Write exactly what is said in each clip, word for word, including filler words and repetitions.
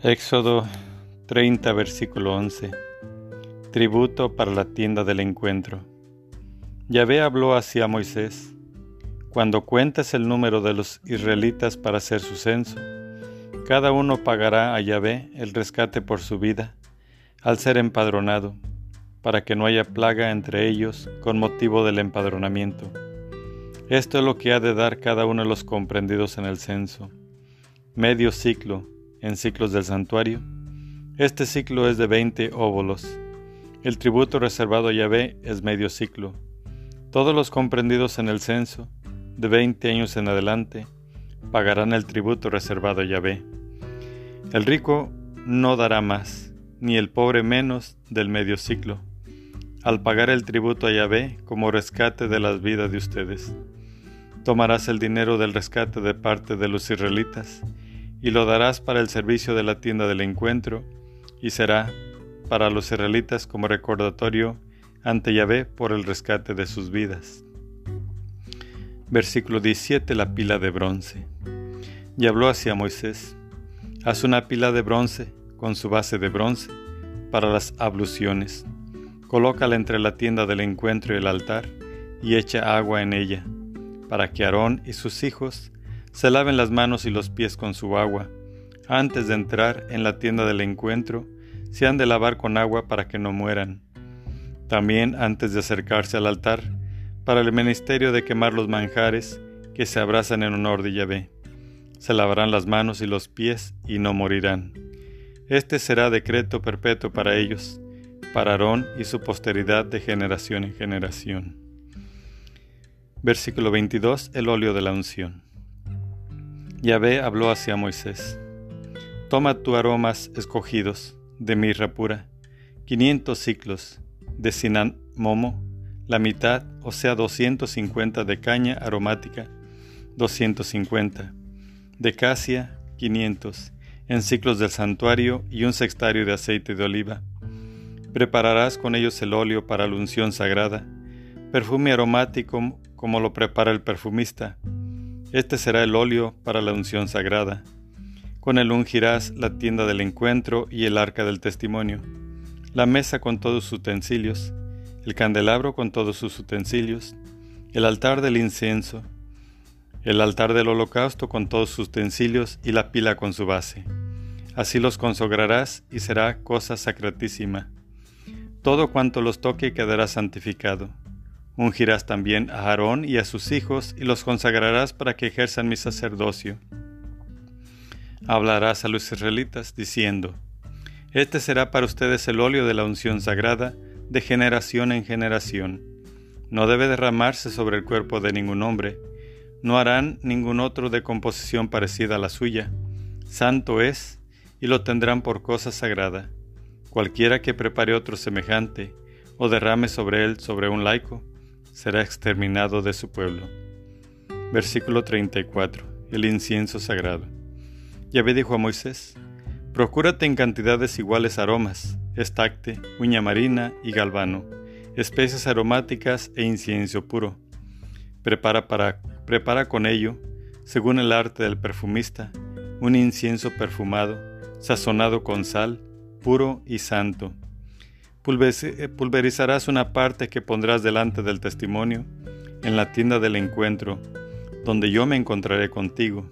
Éxodo treinta, versículo once. Tributo para la tienda del encuentro. Yahvé habló así a Moisés: Cuando cuentes el número de los israelitas para hacer su censo, cada uno pagará a Yahvé el rescate por su vida, al ser empadronado, para que no haya plaga entre ellos con motivo del empadronamiento. Esto es lo que ha de dar cada uno de los comprendidos en el censo: medio ciclo, en ciclos del santuario. Este ciclo es de veinte óbolos. El tributo reservado a Yahvé es medio ciclo. Todos los comprendidos en el censo, de veinte años en adelante, pagarán el tributo reservado a Yahvé. El rico no dará más, ni el pobre menos del medio ciclo, al pagar el tributo a Yahvé como rescate de las vidas de ustedes. Tomarás el dinero del rescate de parte de los israelitas, y lo darás para el servicio de la tienda del encuentro, y será para los israelitas como recordatorio ante Yahvé por el rescate de sus vidas. Versículo diecisiete. La pila de bronce. Y habló así a Moisés: Haz una pila de bronce con su base de bronce para las abluciones. Colócala entre la tienda del encuentro y el altar, y echa agua en ella, para que Aarón y sus hijos se laven las manos y los pies con su agua. Antes de entrar en la tienda del encuentro, se han de lavar con agua para que no mueran. También antes de acercarse al altar, para el ministerio de quemar los manjares que se abrazan en honor de Yahvé. Se lavarán las manos y los pies y no morirán. Este será decreto perpetuo para ellos, para Aarón y su posteridad de generación en generación. Versículo veintidós. El óleo de la unción. Yahvé habló hacia Moisés: Toma tu aromas escogidos de mirra pura, quinientos ciclos de cinamomo, la mitad, o sea doscientos cincuenta de caña aromática, doscientos cincuenta, de casia, quinientos, en ciclos del santuario, y un sextario de aceite de oliva. Prepararás con ellos el óleo para la unción sagrada, perfume aromático como lo prepara el perfumista. Este será el óleo para la unción sagrada. Con él ungirás la tienda del encuentro y el arca del testimonio, la mesa con todos sus utensilios, el candelabro con todos sus utensilios, el altar del incienso, el altar del holocausto con todos sus utensilios y la pila con su base. Así los consagrarás y será cosa sacratísima. Todo cuanto los toque quedará santificado. Ungirás también a Aarón y a sus hijos y los consagrarás para que ejerzan mi sacerdocio. Hablarás a los israelitas diciendo: Este será para ustedes el óleo de la unción sagrada de generación en generación. No debe derramarse sobre el cuerpo de ningún hombre. No harán ningún otro de composición parecida a la suya. Santo es, y lo tendrán por cosa sagrada. Cualquiera que prepare otro semejante, o derrame sobre él sobre un laico, será exterminado de su pueblo. Versículo treinta y cuatro. El incienso sagrado. Yahvé dijo a Moisés: Procúrate en cantidades iguales aromas, estacte, uña marina y galvano, especias aromáticas e incienso puro. Prepara, para, prepara con ello, según el arte del perfumista, un incienso perfumado, sazonado con sal, puro y santo. Pulverizarás una parte que pondrás delante del testimonio, en la tienda del encuentro, donde yo me encontraré contigo.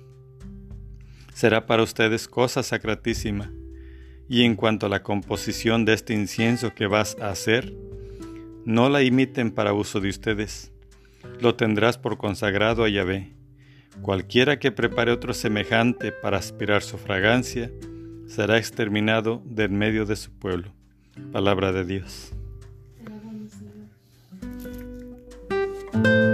Será para ustedes cosa sacratísima. Y en cuanto a la composición de este incienso que vas a hacer, no la imiten para uso de ustedes. Lo tendrás por consagrado a Yahvé. Cualquiera que prepare otro semejante para aspirar su fragancia, será exterminado de en medio de su pueblo. Palabra de Dios.